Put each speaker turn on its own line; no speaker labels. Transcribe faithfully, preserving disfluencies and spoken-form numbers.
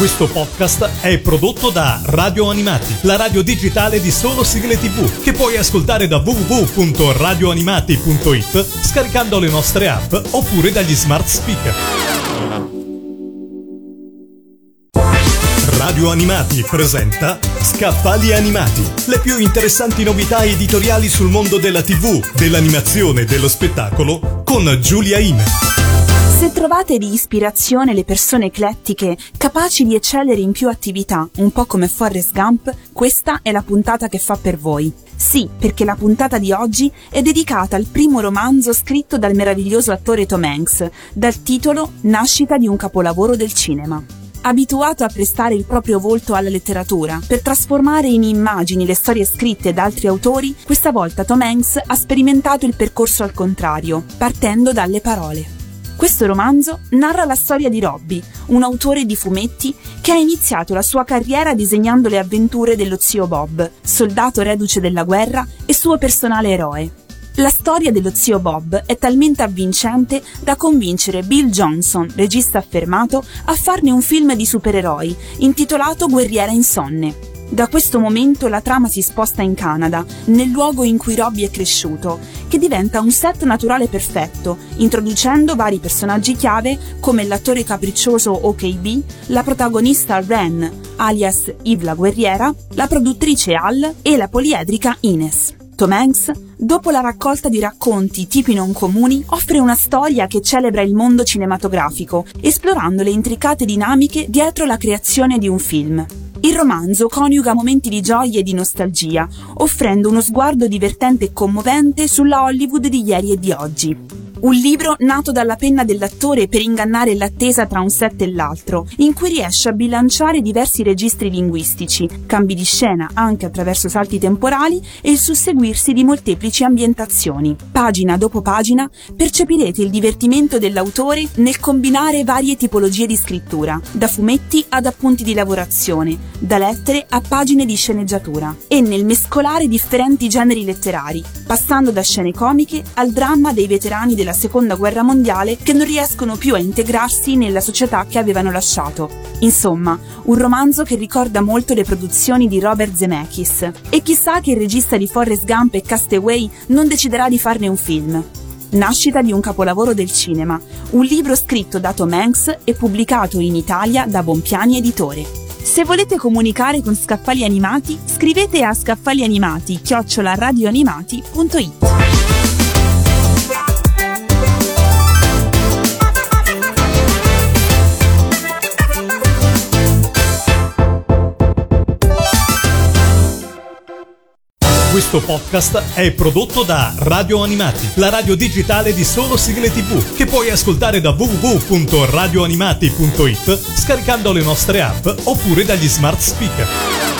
Questo podcast è prodotto da Radio Animati, la radio digitale di solo sigle tivù, che puoi ascoltare da w w w punto radio animati punto i t scaricando le nostre app oppure dagli smart speaker. Radio Animati presenta Scaffali Animati, le più interessanti novità editoriali sul mondo della tivù, dell'animazione e dello spettacolo con Giulia Ime.
Se trovate di ispirazione le persone eclettiche, capaci di eccellere in più attività, un po' come Forrest Gump, questa è la puntata che fa per voi. Sì, perché la puntata di oggi è dedicata al primo romanzo scritto dal meraviglioso attore Tom Hanks, dal titolo Nascita di un capolavoro del cinema. Abituato a prestare il proprio volto alla letteratura per trasformare in immagini le storie scritte da altri autori, questa volta Tom Hanks ha sperimentato il percorso al contrario, partendo dalle parole. Questo romanzo narra la storia di Robbie, un autore di fumetti che ha iniziato la sua carriera disegnando le avventure dello zio Bob, soldato reduce della guerra e suo personale eroe. La storia dello zio Bob è talmente avvincente da convincere Bill Johnson, regista affermato, a farne un film di supereroi, intitolato Guerriera Insonne. Da questo momento la trama si sposta in Canada, nel luogo in cui Robbie è cresciuto, che diventa un set naturale perfetto, introducendo vari personaggi chiave come l'attore capriccioso O K B, la protagonista Ren, alias Yves la guerriera, la produttrice Al e la poliedrica Ines. Tom Hanks, dopo la raccolta di racconti tipi non comuni, offre una storia che celebra il mondo cinematografico, esplorando le intricate dinamiche dietro la creazione di un film. Il romanzo coniuga momenti di gioia e di nostalgia, offrendo uno sguardo divertente e commovente sulla Hollywood di ieri e di oggi. Un libro nato dalla penna dell'attore per ingannare l'attesa tra un set e l'altro, in cui riesce a bilanciare diversi registri linguistici, cambi di scena anche attraverso salti temporali e il susseguirsi di molteplici ambientazioni. Pagina dopo pagina percepirete il divertimento dell'autore nel combinare varie tipologie di scrittura, da fumetti ad appunti di lavorazione, da lettere a pagine di sceneggiatura, e nel mescolare differenti generi letterari, passando da scene comiche al dramma dei veterani della Seconda Guerra Mondiale che non riescono più a integrarsi nella società che avevano lasciato. Insomma, un romanzo che ricorda molto le produzioni di Robert Zemeckis. E chissà che il regista di Forrest Gump e Castaway non deciderà di farne un film. Nascita di un capolavoro del cinema, un libro scritto da Tom Hanks e pubblicato in Italia da Bompiani Editore. Se volete comunicare con Scaffali Animati, scrivete a scaffalianimati chiocciola radioanimati punto i t.
Questo podcast è prodotto da Radio Animati, la radio digitale di solo sigle tivù, che puoi ascoltare da w w w punto radio animati punto i t scaricando le nostre app oppure dagli smart speaker.